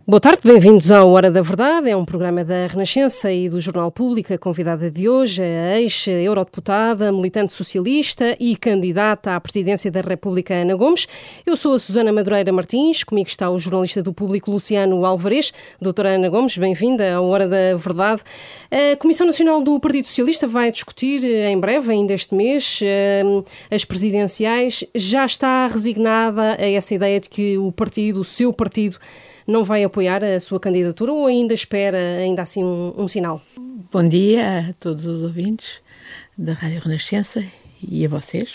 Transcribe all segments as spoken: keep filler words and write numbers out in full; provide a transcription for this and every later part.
Boa tarde, bem-vindos à Hora da Verdade. É um programa da Renascença e do Jornal Público. A convidada de hoje é a ex-eurodeputada, militante socialista e candidata à presidência da República, Ana Gomes. Eu sou a Susana Madureira Martins, comigo está o jornalista do Público, Luciano Alvarez. Doutora Ana Gomes, bem-vinda à Hora da Verdade. A Comissão Nacional do Partido Socialista vai discutir em breve, ainda este mês, as presidenciais. Já está resignada a essa ideia de que o partido, o seu partido, não vai apoiar a sua candidatura ou ainda espera, ainda assim, um, um sinal? Bom dia a todos os ouvintes da Rádio Renascença e a vocês.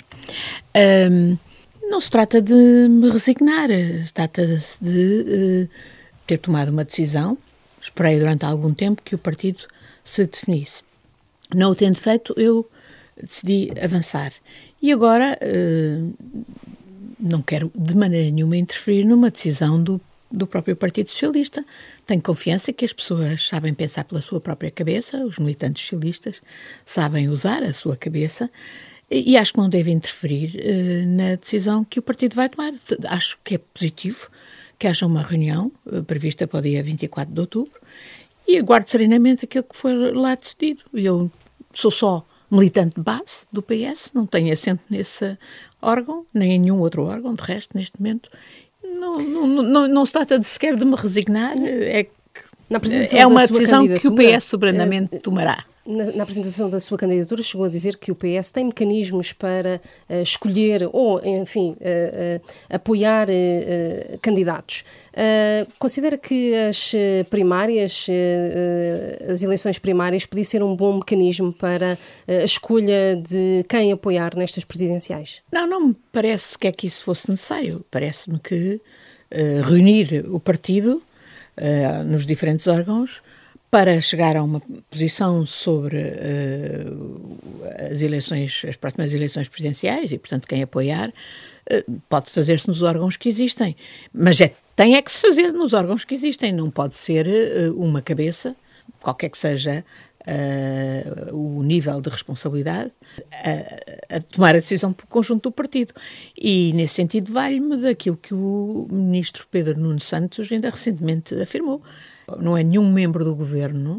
Um, não se trata de me resignar, trata-se de uh, ter tomado uma decisão. Esperei durante algum tempo que o partido se definisse. Não o tendo feito, eu decidi avançar. E agora uh, não quero de maneira nenhuma interferir numa decisão do do próprio Partido Socialista. Tenho confiança que as pessoas sabem pensar pela sua própria cabeça, os militantes socialistas sabem usar a sua cabeça e, e acho que não devem interferir uh, na decisão que o partido vai tomar. Acho que é positivo que haja uma reunião uh, prevista para o dia vinte e quatro de outubro e aguardo serenamente aquilo que foi lá decidido. Eu sou só militante de base do P S, não tenho assento nesse órgão, nem em nenhum outro órgão, de resto, neste momento. Não, não, não, não se trata de sequer de me resignar, é, que é uma decisão que o P S soberanamente tomará. Na, na apresentação da sua candidatura chegou a dizer que o P S tem mecanismos para uh, escolher ou, enfim, uh, uh, apoiar uh, uh, candidatos. Uh, considera que as uh, primárias, uh, uh, as eleições primárias, podia ser um bom mecanismo para uh, a escolha de quem apoiar nestas presidenciais? Não, não me parece que é que isso fosse necessário. Parece-me que uh, reunir o partido uh, nos diferentes órgãos para chegar a uma posição sobre uh, as eleições, as próximas eleições presidenciais e, portanto, quem apoiar, uh, pode fazer-se nos órgãos que existem. Mas é, tem é que se fazer nos órgãos que existem, não pode ser uh, uma cabeça, qualquer que seja uh, o nível de responsabilidade, a, a tomar a decisão por conjunto do partido. E, nesse sentido, vale-me daquilo que o ministro Pedro Nuno Santos ainda recentemente afirmou. Não é nenhum membro do governo,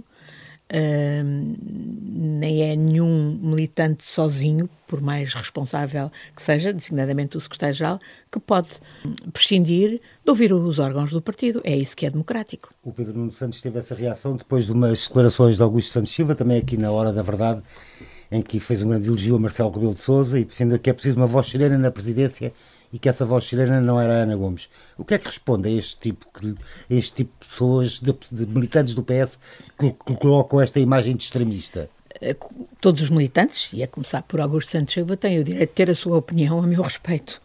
uh, nem é nenhum militante sozinho, por mais responsável que seja, designadamente o secretário-geral, que pode prescindir de ouvir os órgãos do partido. É isso que é democrático. O Pedro Nuno Santos teve essa reação depois de umas declarações de Augusto Santos Silva, também aqui na Hora da Verdade, em que fez um grande elogio a Marcelo Rebelo de Sousa e defendeu que é preciso uma voz serena na presidência e que essa voz serena não era a Ana Gomes. O que é que responde a este tipo, a este tipo de pessoas, de, de militantes do P S, que, que colocam esta imagem de extremista? Todos os militantes, e a começar por Augusto Santos Silva, têm o direito de ter a sua opinião a meu respeito.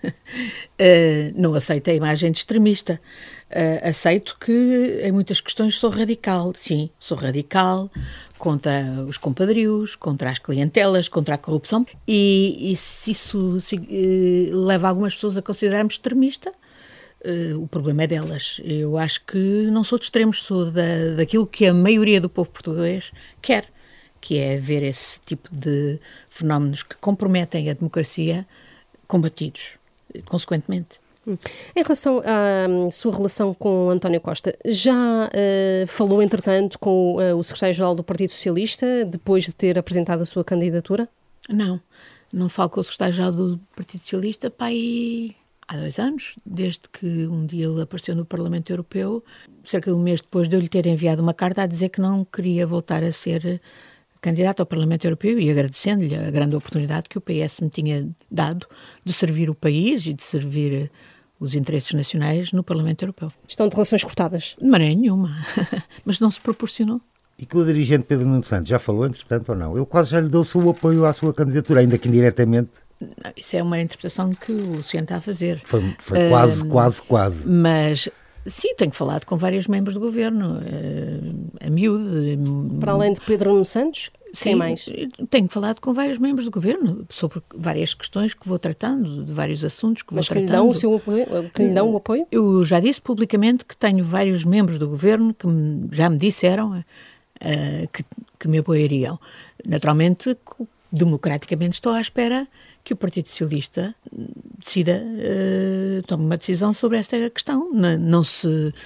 uh, não aceito a imagem de extremista. Uh, aceito que em muitas questões sou radical. Sim, sou radical contra os compadrios, contra as clientelas, contra a corrupção. E, e se isso se, uh, leva algumas pessoas a considerar-me extremista, uh, o problema é delas. Eu acho que não sou de extremos, sou da, daquilo que a maioria do povo português quer, que é ver esse tipo de fenómenos que comprometem a democracia combatidos, consequentemente. Em relação à sua relação com António Costa, já uh, falou, entretanto, com uh, o secretário-geral do Partido Socialista, depois de ter apresentado a sua candidatura? Não, não falo com o secretário-geral do Partido Socialista pá, aí há dois anos, desde que um dia ele apareceu no Parlamento Europeu, cerca de um mês depois de eu lhe ter enviado uma carta a dizer que não queria voltar a ser candidato ao Parlamento Europeu e agradecendo-lhe a grande oportunidade que o P S me tinha dado de servir o país e de servir os interesses nacionais no Parlamento Europeu. Estão de relações cortadas? De maneira nenhuma, mas não se proporcionou. E que o dirigente Pedro Nuno Santos já falou, entretanto, ou não? Ele quase já lhe deu o seu apoio à sua candidatura, ainda que indiretamente. Não, isso é uma interpretação que o Luciano está a fazer. Foi, foi uh, quase, quase, quase. Mas, sim, tenho falado com vários membros do governo, uh, a miúdo. Para além de Pedro Nuno Santos? Quem mais? Tenho falado com vários membros do governo sobre várias questões que vou tratando, de vários assuntos que Mas vou que tratando. Mas que lhe dão o seu apoio? Que lhe dão o apoio? Eu já disse publicamente que tenho vários membros do governo que me, já me disseram uh, que, que me apoiariam. Naturalmente, democraticamente estou à espera que o Partido Socialista decida, uh, tome uma decisão sobre esta questão. Não, não se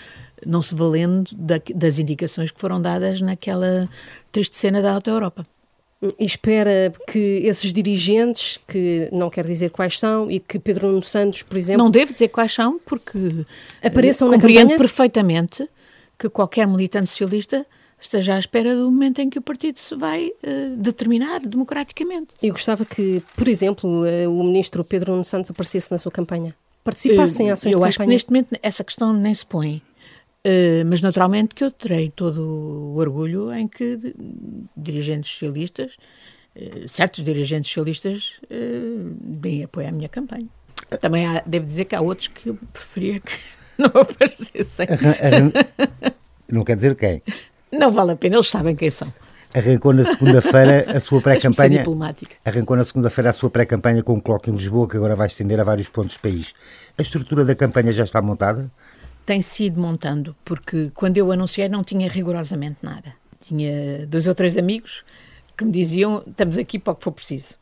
não se valendo da, das indicações que foram dadas naquela triste cena da Alta Europa. E espera que esses dirigentes, que não quer dizer quais são, e que Pedro Nuno Santos, por exemplo... Não devo dizer quais são, porque apareçam na compreendo campanha? perfeitamente que qualquer militante socialista esteja à espera do momento em que o partido se vai uh, determinar democraticamente. E gostava que, por exemplo, uh, o ministro Pedro Nuno Santos aparecesse na sua campanha? Participasse uh, em ações de campanha? Eu de acho que neste momento essa questão nem se põe. Uh, mas naturalmente que eu terei todo o orgulho em que dirigentes socialistas, uh, certos dirigentes socialistas, uh, deem apoio à minha campanha. Também há, devo dizer que há outros que eu preferia que não aparecessem. Não quer dizer quem? Não vale a pena, eles sabem quem são. Arrancou na segunda-feira a sua pré-campanha. Arrancou na segunda-feira a sua pré-campanha com um coloque em Lisboa, que agora vai estender a vários pontos do país. A estrutura da campanha já está montada? Tem sido montando, porque quando eu anunciei não tinha rigorosamente nada. Tinha dois ou três amigos que me diziam, estamos aqui para o que for preciso.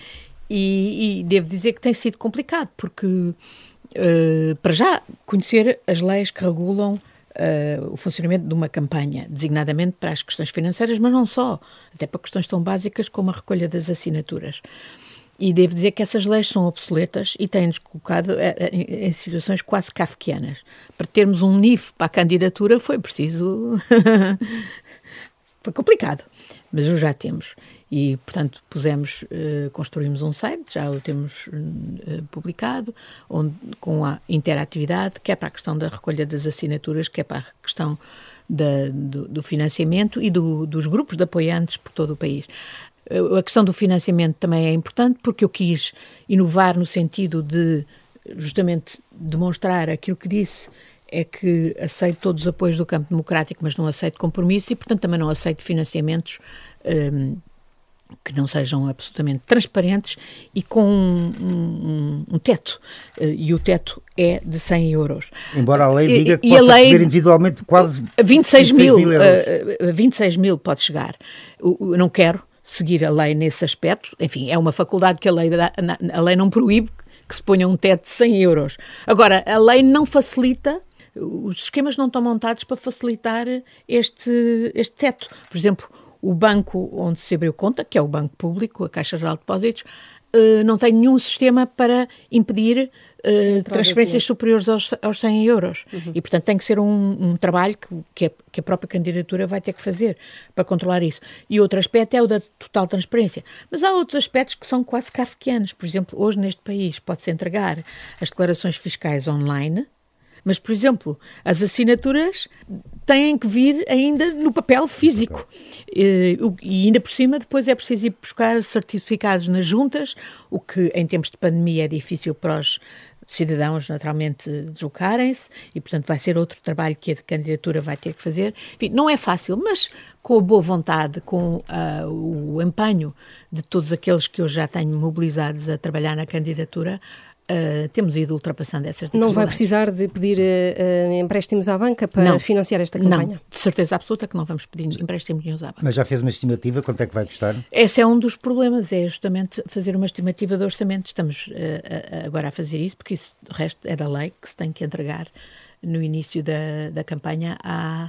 E, e devo dizer que tem sido complicado, porque uh, para já conhecer as leis que regulam uh, o funcionamento de uma campanha, designadamente para as questões financeiras, mas não só, até para questões tão básicas como a recolha das assinaturas. E devo dizer que essas leis são obsoletas e têm-nos colocado em situações quase kafkianas. Para termos um N I F para a candidatura foi preciso... foi complicado, mas o já temos. E, portanto, pusemos, uh, construímos um site, já o temos uh, publicado, onde, com a interatividade, que é para a questão da recolha das assinaturas, que é para a questão da, do, do financiamento e do, dos grupos de apoiantes por todo o país. A questão do financiamento também é importante, porque eu quis inovar no sentido de justamente demonstrar aquilo que disse, é que aceito todos os apoios do campo democrático, mas não aceito compromisso e, portanto, também não aceito financiamentos um, que não sejam absolutamente transparentes e com um, um, um teto. E o teto é de cem euros. Embora a lei diga que e, possa e a lei, receber individualmente quase vinte e seis mil, mil euros. Uh, vinte e seis mil pode chegar. Eu, eu não quero seguir a lei nesse aspecto. Enfim, é uma faculdade que a lei, dá, a lei não proíbe que se ponha um teto de cem euros. Agora, a lei não facilita, os esquemas não estão montados para facilitar este, este teto. Por exemplo, o banco onde se abriu conta, que é o Banco Público, a Caixa Geral de Depósitos, não tem nenhum sistema para impedir uh, transferências superiores aos, aos cem euros. Uhum. E, portanto, tem que ser um, um trabalho que, que, a, que a própria candidatura vai ter que fazer para controlar isso. E outro aspecto é o da total transparência. Mas há outros aspectos que são quase kafkianos. Por exemplo, hoje neste país pode-se entregar as declarações fiscais online, mas, por exemplo, as assinaturas têm que vir ainda no papel físico. E, e ainda por cima, depois é preciso ir buscar certificados nas juntas, o que em tempos de pandemia é difícil para os cidadãos naturalmente deslocarem-se e, portanto, vai ser outro trabalho que a candidatura vai ter que fazer. Enfim, não é fácil, mas com a boa vontade, com uh, o empenho de todos aqueles que eu já tenho mobilizados a trabalhar na candidatura, Uh, temos ido ultrapassando essas dificuldades. Não vai precisar de pedir uh, uh, empréstimos à banca para não. financiar esta campanha? Não, de certeza absoluta que não vamos pedir empréstimos nenhum à banca. Mas já fez uma estimativa? Quanto é que vai custar? Esse é um dos problemas, é justamente fazer uma estimativa de orçamento. Estamos uh, a, agora a fazer isso, porque isso, o resto é da lei que se tem que entregar no início da, da campanha à,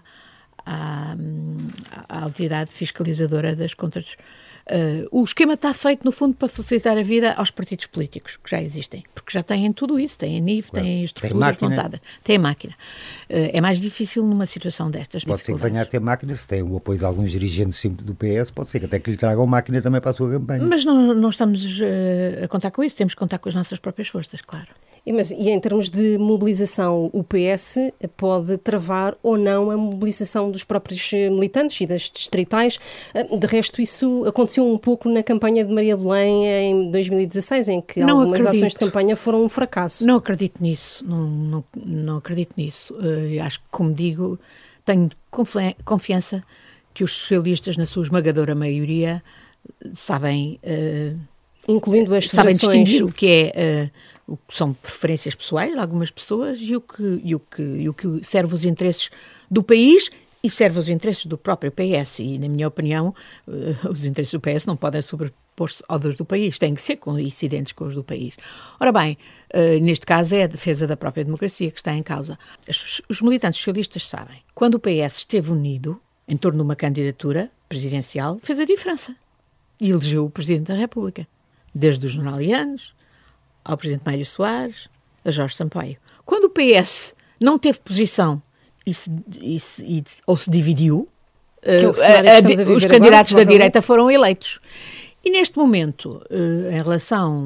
à, à autoridade fiscalizadora das contas. Uh, o esquema está feito, no fundo, para facilitar a vida aos partidos políticos, que já existem, porque já têm tudo isso, têm N I F, claro. têm estruturas tem montadas, têm a máquina. Uh, é mais difícil numa situação destas. Pode ser que venha a ter máquina, se tem o apoio de alguns dirigentes simples do P S, pode ser que até que lhe tragam máquina também para a sua campanha. Mas não, não estamos uh, a contar com isso, temos que contar com as nossas próprias forças, claro. E, mas, e em termos de mobilização, o P S pode travar ou não a mobilização dos próprios militantes e das distritais? De resto, isso aconteceu um pouco na campanha de Maria Belém em dois mil e dezasseis, em que não algumas acredito. ações de campanha foram um fracasso. Não acredito nisso, não, não, não acredito nisso. Uh, acho que, como digo, tenho confiança que os socialistas, na sua esmagadora maioria, sabem... Uh, Incluindo as sabem federações. distinguir o que é... Uh, o que são preferências pessoais de algumas pessoas e o que, e o que, e o que serve os interesses do país e serve os interesses do próprio P S. E, na minha opinião, uh, os interesses do P S não podem sobre, sobrepor-se ao dos do país, têm que ser coincidentes com os do país. Ora bem, uh, neste caso é a defesa da própria democracia que está em causa. Os, os militantes socialistas sabem, quando o P S esteve unido em torno de uma candidatura presidencial, fez a diferença e elegeu o Presidente da República, desde os jornalianos ao Presidente Mário Soares, a Jorge Sampaio. Quando o P S não teve posição e se, e se, e, ou se dividiu, uh, a, a, a os candidatos agora, da direita foram eleitos. E neste momento, uh, em relação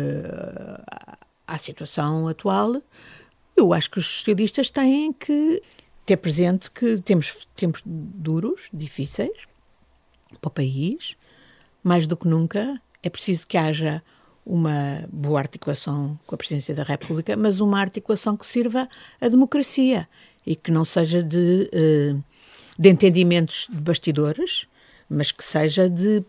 uh, à situação atual, eu acho que os socialistas têm que ter presente que temos tempos duros, difíceis, para o país. Mais do que nunca, é preciso que haja uma boa articulação com a Presidência da República, mas uma articulação que sirva à democracia e que não seja de, uh, de entendimentos de bastidores, mas que seja de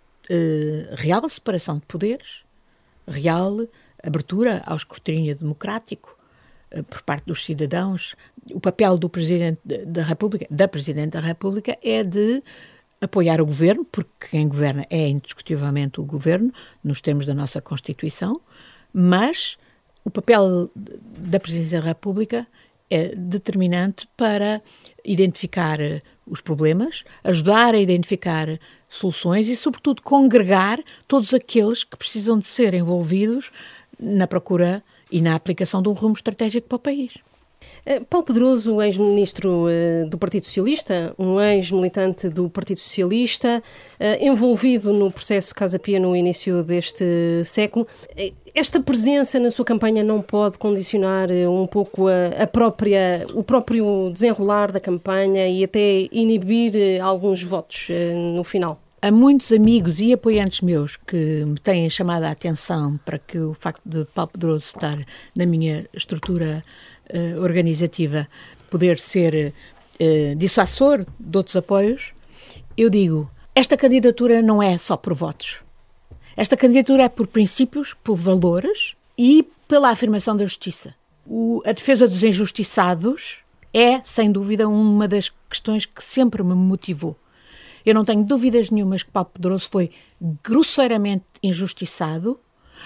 Uh, real separação de poderes, real abertura ao escrutínio democrático uh, por parte dos cidadãos. O papel do Presidente da República, da Presidente da República, é de apoiar o Governo, porque quem governa é indiscutivelmente o Governo, nos termos da nossa Constituição, mas o papel da Presidência da República é determinante para identificar os problemas, ajudar a identificar soluções e, sobretudo, congregar todos aqueles que precisam de ser envolvidos na procura e na aplicação de um rumo estratégico para o país. Paulo Pedroso, ex-ministro do Partido Socialista, um ex-militante do Partido Socialista, envolvido no processo Casa Pia no início deste século. Esta presença na sua campanha não pode condicionar um pouco a, a própria, o próprio desenrolar da campanha e até inibir alguns votos no final? Há muitos amigos e apoiantes meus que me têm chamado a atenção para que o facto de Paulo Pedroso estar na minha estrutura uh, organizativa poder ser uh, dissuasor de outros apoios. Eu digo, esta candidatura não é só por votos. Esta candidatura é por princípios, por valores e pela afirmação da justiça. O, a defesa dos injustiçados é, sem dúvida, uma das questões que sempre me motivou. Eu não tenho dúvidas nenhumas que Paulo Pedroso foi grosseiramente injustiçado,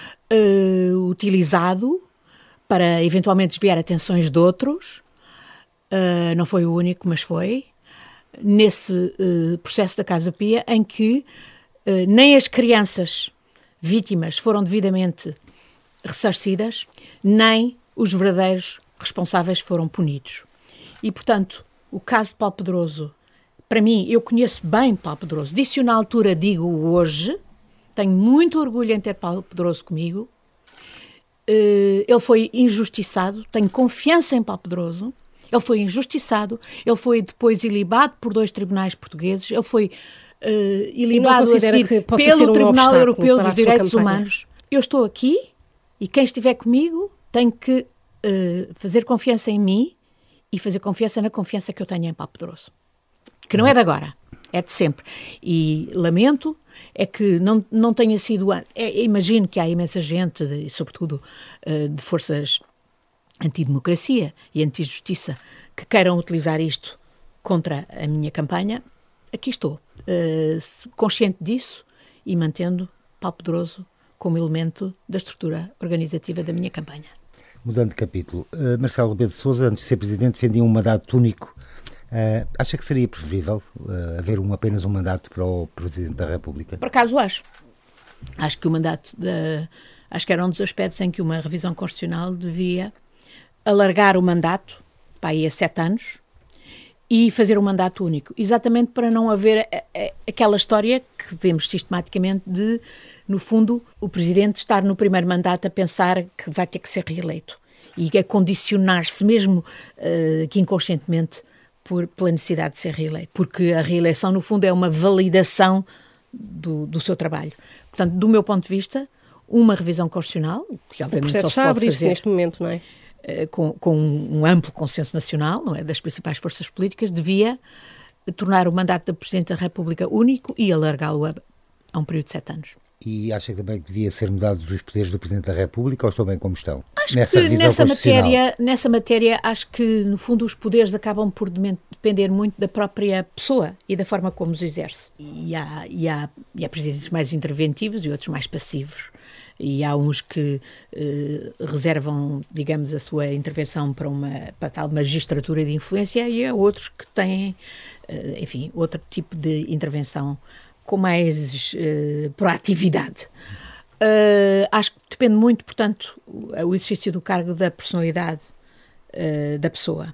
uh, utilizado para eventualmente desviar atenções de outros. Uh, não foi o único, mas foi. Nesse uh, processo da Casa Pia, em que uh, nem as crianças vítimas foram devidamente ressarcidas, nem os verdadeiros responsáveis foram punidos. E, portanto, o caso de Paulo Pedroso, para mim, eu conheço bem Paulo Pedroso, disse-o na altura, digo hoje, tenho muito orgulho em ter Paulo Pedroso comigo, uh, ele foi injustiçado, tenho confiança em Paulo Pedroso, ele foi injustiçado, ele foi depois ilibado por dois tribunais portugueses, ele foi uh, ilibado a seguir pelo um Tribunal Europeu dos Direitos Humanos. Eu estou aqui e quem estiver comigo tem que uh, fazer confiança em mim e fazer confiança na confiança que eu tenho em Paulo Pedroso. Que não é de agora, é de sempre. E lamento é que não, não tenha sido... É, imagino que há imensa gente, de, sobretudo uh, de forças antidemocracia e antijustiça, que queiram utilizar isto contra a minha campanha. Aqui estou, uh, consciente disso e mantendo Paulo Pedroso como elemento da estrutura organizativa da minha campanha. Mudando de capítulo, uh, Marcelo Rebelo de Sousa, antes de ser Presidente, defendia um mandato único. Uh, acha que seria preferível uh, haver um, apenas um mandato para o Presidente da República? Por acaso acho. Acho que o mandato, de, acho que era um dos aspectos em que uma revisão constitucional devia alargar o mandato para aí a sete anos e fazer um mandato único, exatamente para não haver a, a, aquela história que vemos sistematicamente de, no fundo, o Presidente estar no primeiro mandato a pensar que vai ter que ser reeleito e a condicionar-se mesmo uh, que inconscientemente Por, pela necessidade de ser reeleito, porque a reeleição, no fundo, é uma validação do, do seu trabalho. Portanto, do meu ponto de vista, uma revisão constitucional, que obviamente só se pode fazer neste momento, não é? Com, com um amplo consenso nacional, não é, das principais forças políticas, devia tornar o mandato do Presidente da República único e alargá-lo a, a um período de sete anos. E acha também que devia ser mudados os poderes do Presidente da República ou estão bem como estão? Acho nessa que nessa matéria, nessa matéria, acho que no fundo os poderes acabam por depender muito da própria pessoa e da forma como os exerce. E há, e há, e há presidentes mais interventivos e outros mais passivos. E há uns que eh, reservam, digamos, a sua intervenção para uma para tal magistratura de influência e há outros que têm, eh, enfim, outro tipo de intervenção com mais uh, proatividade. Uh, acho que depende muito, portanto, o exercício do cargo da personalidade uh, da pessoa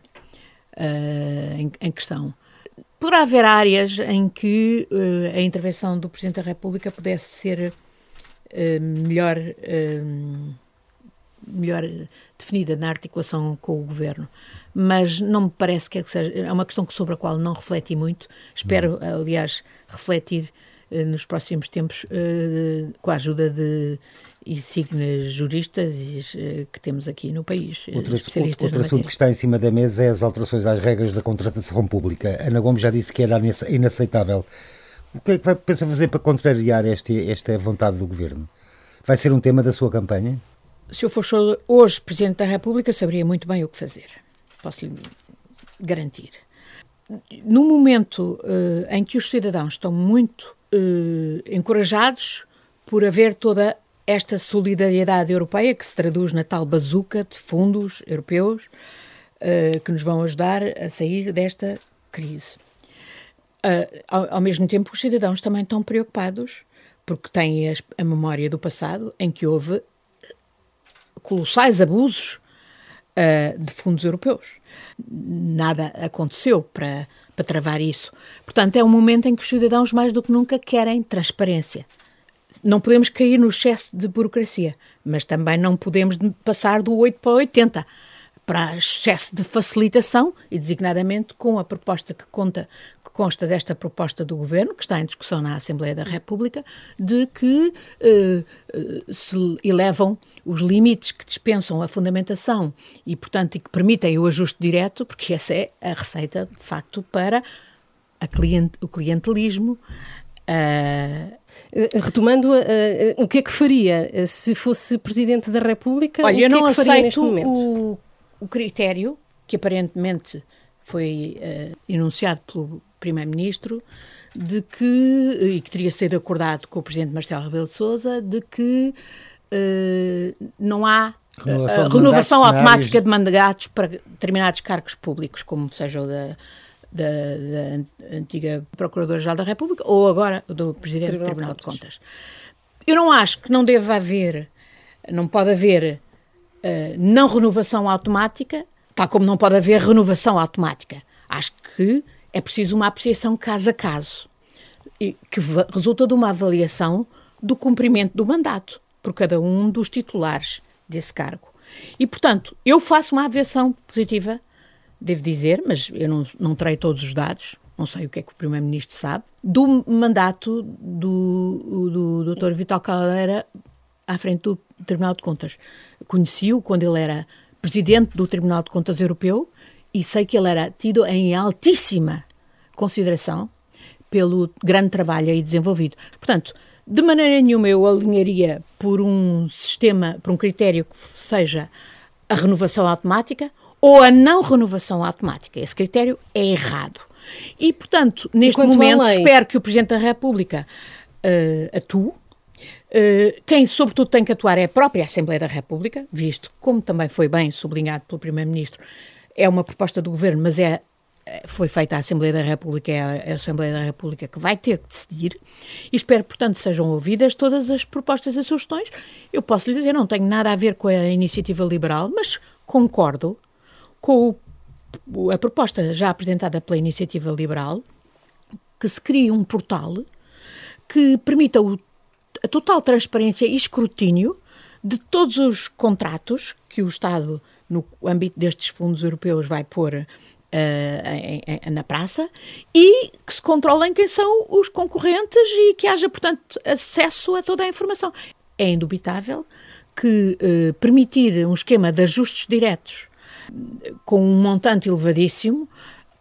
uh, em, em questão. Poderá haver áreas em que uh, a intervenção do Presidente da República pudesse ser uh, melhor, uh, melhor definida na articulação com o Governo. Mas não me parece que seja, é uma questão sobre a qual não refleti muito. Espero, aliás, refletir eh, nos próximos tempos eh, com a ajuda de insignes juristas eh, que temos aqui no país. Outro, outro assunto que está em cima da mesa é as alterações às regras da contratação pública. Ana Gomes já disse que era inaceitável. O que é que vai pensar fazer para contrariar este, esta vontade do Governo? Vai ser um tema da sua campanha? Se eu fosse hoje Presidente da República, saberia muito bem o que fazer. Posso-lhe garantir. No momento uh, em que os cidadãos estão muito uh, encorajados por haver toda esta solidariedade europeia, que se traduz na tal bazuca de fundos europeus uh, que nos vão ajudar a sair desta crise. Uh, ao, ao mesmo tempo, os cidadãos também estão preocupados porque têm a, a memória do passado em que houve colossais abusos Uh, de fundos europeus. Nada aconteceu para, para travar isso. Portanto, é um momento em que os cidadãos mais do que nunca querem transparência. Não podemos cair no excesso de burocracia, mas também não podemos passar do oito para oitenta para excesso de facilitação e, designadamente, com a proposta que conta, que consta desta proposta do Governo, que está em discussão na Assembleia da República, de que eh, se elevam os limites que dispensam a fundamentação e, portanto, e que permitem o ajuste direto, porque essa é a receita, de facto, para a cliente, o clientelismo. Uh, Retomando, uh, uh, o que é que faria uh, se fosse Presidente da República? Olha, o que eu não é que faria neste aceito momento? O, o critério que aparentemente foi uh, enunciado pelo Primeiro-Ministro de que, e que teria sido acordado com o Presidente Marcelo Rebelo de Sousa, de que uh, não há renovação, uh, de, renovação mandatos automática de mandatos para determinados cargos públicos, como seja o da Da, da antiga Procuradora-Geral da República ou agora do Presidente Tribunal do Tribunal de Contas. Eu não acho que não deve haver, não pode haver uh, não renovação automática, tal como não pode haver renovação automática. Acho que é preciso uma apreciação caso a caso, e que resulta de uma avaliação do cumprimento do mandato por cada um dos titulares desse cargo. E, portanto, eu faço uma avaliação positiva, devo dizer, mas eu não, não terei todos os dados, não sei o que é que o Primeiro-Ministro sabe, do mandato do, do doutor Vítor Caldeira à frente do Tribunal de Contas. Conheci-o quando ele era Presidente do Tribunal de Contas Europeu e sei que ele era tido em altíssima consideração pelo grande trabalho aí desenvolvido. Portanto, de maneira nenhuma eu alinharia por um sistema, por um critério que seja a renovação automática ou a não renovação automática. Esse critério é errado. E, portanto, neste Enquanto momento, espero que o Presidente da República uh, atue. Uh, quem, sobretudo, tem que atuar é a própria Assembleia da República, visto, como também foi bem sublinhado pelo Primeiro-Ministro, é uma proposta do Governo, mas é, foi feita a Assembleia da República, é a, a Assembleia da República que vai ter que decidir. E espero, portanto, sejam ouvidas todas as propostas e sugestões. Eu posso lhe dizer, não tenho nada a ver com a iniciativa liberal, mas concordo com o, a proposta já apresentada pela Iniciativa Liberal, que se crie um portal que permita o, a total transparência e escrutínio de todos os contratos que o Estado, no âmbito destes fundos europeus, vai pôr uh, em, em, na praça e que se controlem quem são os concorrentes e que haja, portanto, acesso a toda a informação. É indubitável que uh, permitir um esquema de ajustes diretos com um montante elevadíssimo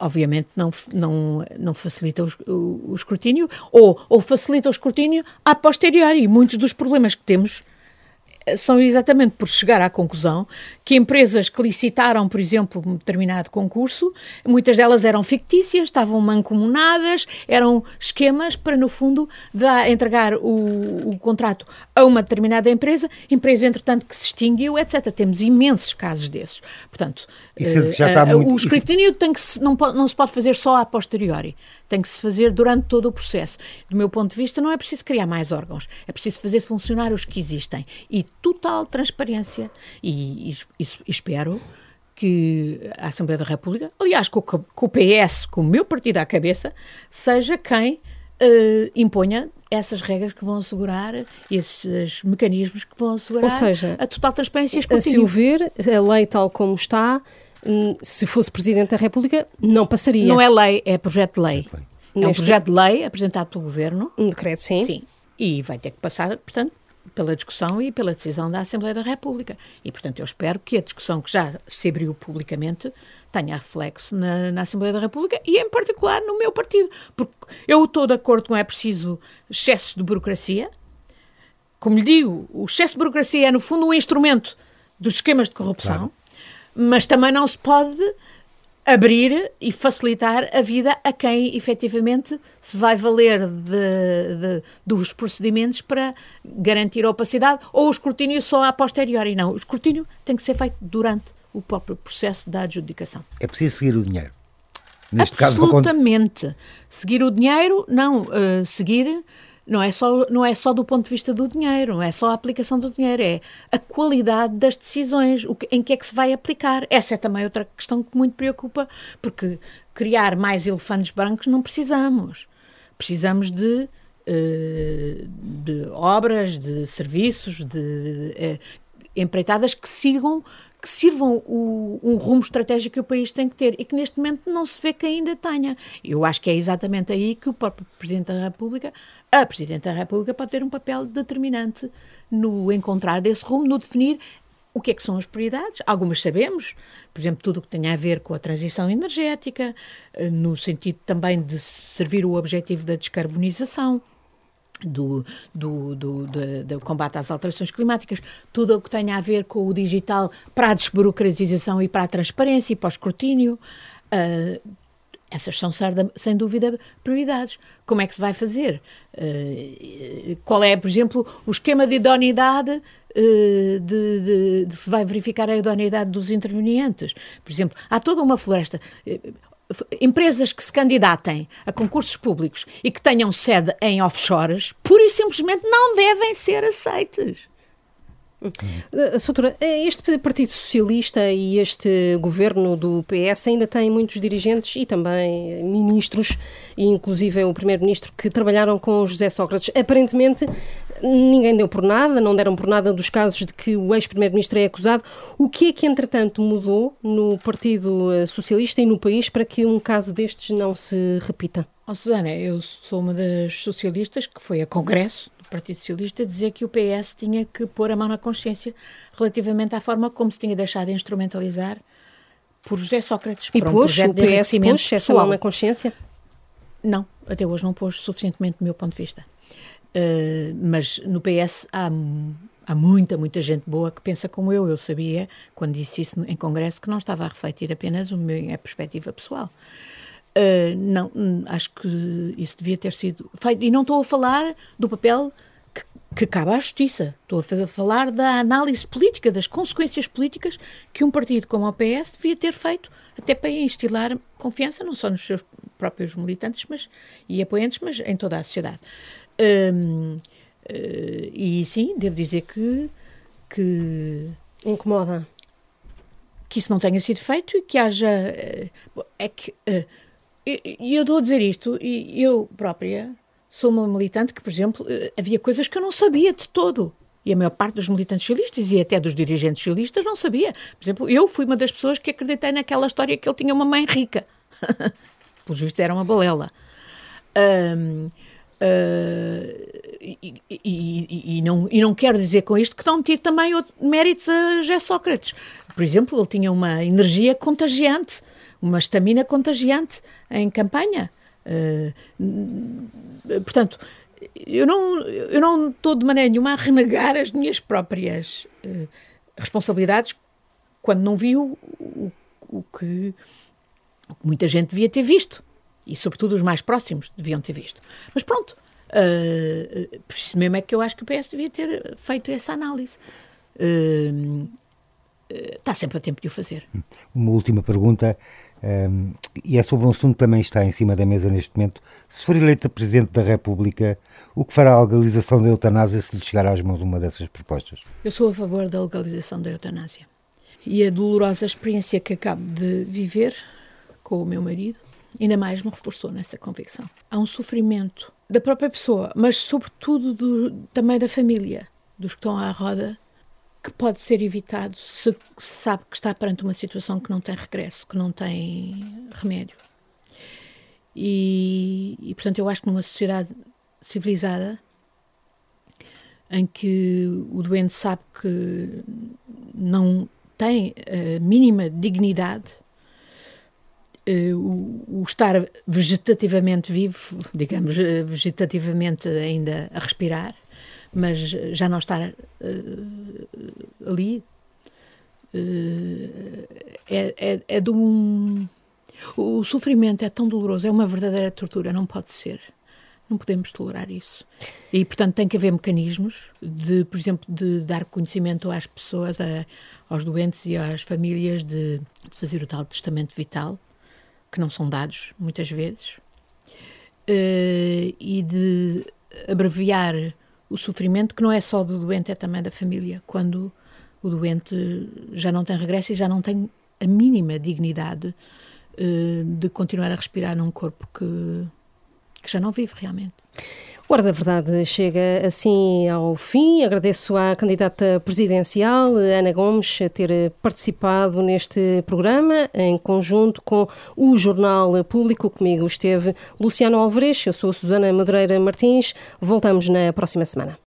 obviamente não, não, não facilita o, o, o escrutínio, ou, ou facilita o escrutínio a posteriori. Muitos dos problemas que temos são exatamente por chegar à conclusão que empresas que licitaram, por exemplo, um determinado concurso, muitas delas eram fictícias, estavam mancomunadas, eram esquemas para, no fundo, dar, entregar o, o contrato a uma determinada empresa, empresa, entretanto, que se extinguiu, etcétera. Temos imensos casos desses. Portanto, uh, já está uh, muito... o escrutínio tem que se, não, não se pode fazer só a posteriori, tem que se fazer durante todo o processo. Do meu ponto de vista, não é preciso criar mais órgãos, é preciso fazer funcionar os que existem. E total transparência. E, e, e espero que a Assembleia da República, aliás, com, com o P S, com o meu partido à cabeça, seja quem uh, imponha essas regras que vão assegurar, esses mecanismos que vão assegurar, ou seja, a total transparência e escrutínio. A seu ver, a lei tal como está, se fosse Presidente da República, não passaria. Não é lei, é projeto de lei. É Neste... um projeto de lei apresentado pelo Governo. Um decreto, sim. Sim. E vai ter que passar, portanto, pela discussão e pela decisão da Assembleia da República. E, portanto, eu espero que a discussão que já se abriu publicamente tenha reflexo na, na Assembleia da República e, em particular, no meu partido. Porque eu estou de acordo com é preciso excessos de burocracia. Como lhe digo, o excesso de burocracia é, no fundo, um instrumento dos esquemas de corrupção, claro. Mas também não se pode abrir e facilitar a vida a quem efetivamente se vai valer de, de, dos procedimentos para garantir a opacidade, ou o escrutínio só a posteriori. Não, o escrutínio tem que ser feito durante o próprio processo da adjudicação. É preciso seguir o dinheiro. Neste Absolutamente. Caso, seguir o dinheiro, não, uh, seguir... Não é, só, não é só do ponto de vista do dinheiro, não é só a aplicação do dinheiro, é a qualidade das decisões, o que, em que é que se vai aplicar. Essa é também outra questão que muito preocupa, porque criar mais elefantes brancos não precisamos. Precisamos de, de obras, de serviços, de, de, de empreitadas que sigam, que sirvam o, um rumo estratégico que o país tem que ter e que neste momento não se vê que ainda tenha. Eu acho que é exatamente aí que o próprio Presidente da República, a Presidente da República pode ter um papel determinante no encontrar desse rumo, no definir o que é que são as prioridades. Algumas sabemos, por exemplo, tudo o que tem a ver com a transição energética, no sentido também de servir o objetivo da descarbonização, Do, do, do, do, do combate às alterações climáticas, tudo o que tenha a ver com o digital para a desburocratização e para a transparência e para o escrutínio. Uh, essas são, sem dúvida, prioridades. Como é que se vai fazer? Uh, qual é, por exemplo, o esquema de idoneidade, uh, de, de, de se vai verificar a idoneidade dos intervenientes? Por exemplo, há toda uma floresta... Uh, empresas que se candidatem a concursos públicos e que tenham sede em offshores, pura e simplesmente não devem ser aceites. Uh, Soutora, este Partido Socialista e este governo do P S ainda têm muitos dirigentes e também ministros, e inclusive o primeiro-ministro, que trabalharam com José Sócrates. Aparentemente, ninguém deu por nada, não deram por nada dos casos de que o ex-primeiro-ministro é acusado. O que é que, entretanto, mudou no Partido Socialista e no país para que um caso destes não se repita? Oh, Susana, eu sou uma das socialistas que foi a Congresso do Partido Socialista dizer que o P S tinha que pôr a mão na consciência relativamente à forma como se tinha deixado de instrumentalizar por José Sócrates. E pôs, um o P S pôs essa mão na consciência? Não, até hoje não pôs suficientemente do meu ponto de vista. Uh, mas no P S há, há muita, muita gente boa que pensa como eu. Eu sabia, quando disse isso em Congresso, que não estava a refletir apenas a minha perspectiva pessoal. Uh, não, acho que isso devia ter sido feito. E não estou a falar do papel que, que cabe à justiça. Estou a, fazer, a falar da análise política, das consequências políticas que um partido como o P S devia ter feito, até para instilar confiança, não só nos seus próprios militantes mas, e apoiantes, mas em toda a sociedade. Um, uh, e sim, devo dizer que, que incomoda que isso não tenha sido feito e que haja uh, é que uh, e eu estou a dizer isto e eu própria sou uma militante que, por exemplo, uh, havia coisas que eu não sabia de todo e a maior parte dos militantes socialistas e até dos dirigentes socialistas não sabia. Por exemplo, eu fui uma das pessoas que acreditei naquela história que ele tinha uma mãe rica. Pelo visto era uma balela. Um, Uh, e, e, e, e, não, e não quero dizer com isto que não tire também outro, méritos a José Sócrates. Por exemplo, ele tinha uma energia contagiante, uma estamina contagiante em campanha. Uh, portanto, eu não, eu não estou de maneira nenhuma a renegar as minhas próprias uh, responsabilidades quando não vi o, o, o, que, o que muita gente devia ter visto. E, sobretudo, os mais próximos deviam ter visto. Mas pronto, uh, por isso mesmo é que eu acho que o P S devia ter feito essa análise. Uh, uh, está sempre a tempo de o fazer. Uma última pergunta, um, e é sobre um assunto que também está em cima da mesa neste momento. Se for eleito Presidente da República, o que fará a legalização da eutanásia se lhe chegar às mãos uma dessas propostas? Eu sou a favor da legalização da eutanásia. E a dolorosa experiência que acabo de viver com o meu marido ainda mais me reforçou nessa convicção. Há um sofrimento da própria pessoa, mas sobretudo do, também da família, dos que estão à roda, que pode ser evitado se sabe que está perante uma situação que não tem regresso, que não tem remédio. E, e portanto, eu acho que numa sociedade civilizada, em que o doente sabe que não tem a mínima dignidade, Uh, o, o estar vegetativamente vivo, digamos, vegetativamente ainda a respirar, mas já não estar uh, ali, uh, é, é, é de um... O, o sofrimento é tão doloroso, é uma verdadeira tortura, não pode ser. Não podemos tolerar isso. E, portanto, tem que haver mecanismos de, por exemplo, de dar conhecimento às pessoas, a, aos doentes e às famílias de, de fazer o tal testamento vital, que não são dados, muitas vezes, uh, e de abreviar o sofrimento, que não é só do doente, é também da família, quando o doente já não tem regresso e já não tem a mínima dignidade uh, de continuar a respirar num corpo que, que já não vive realmente. Hora da Verdade chega assim ao fim. Agradeço à candidata presidencial, Ana Gomes, ter participado neste programa em conjunto com o Jornal Público. Comigo esteve Luciano Alvarez, eu sou a Susana Madureira Martins. Voltamos na próxima semana.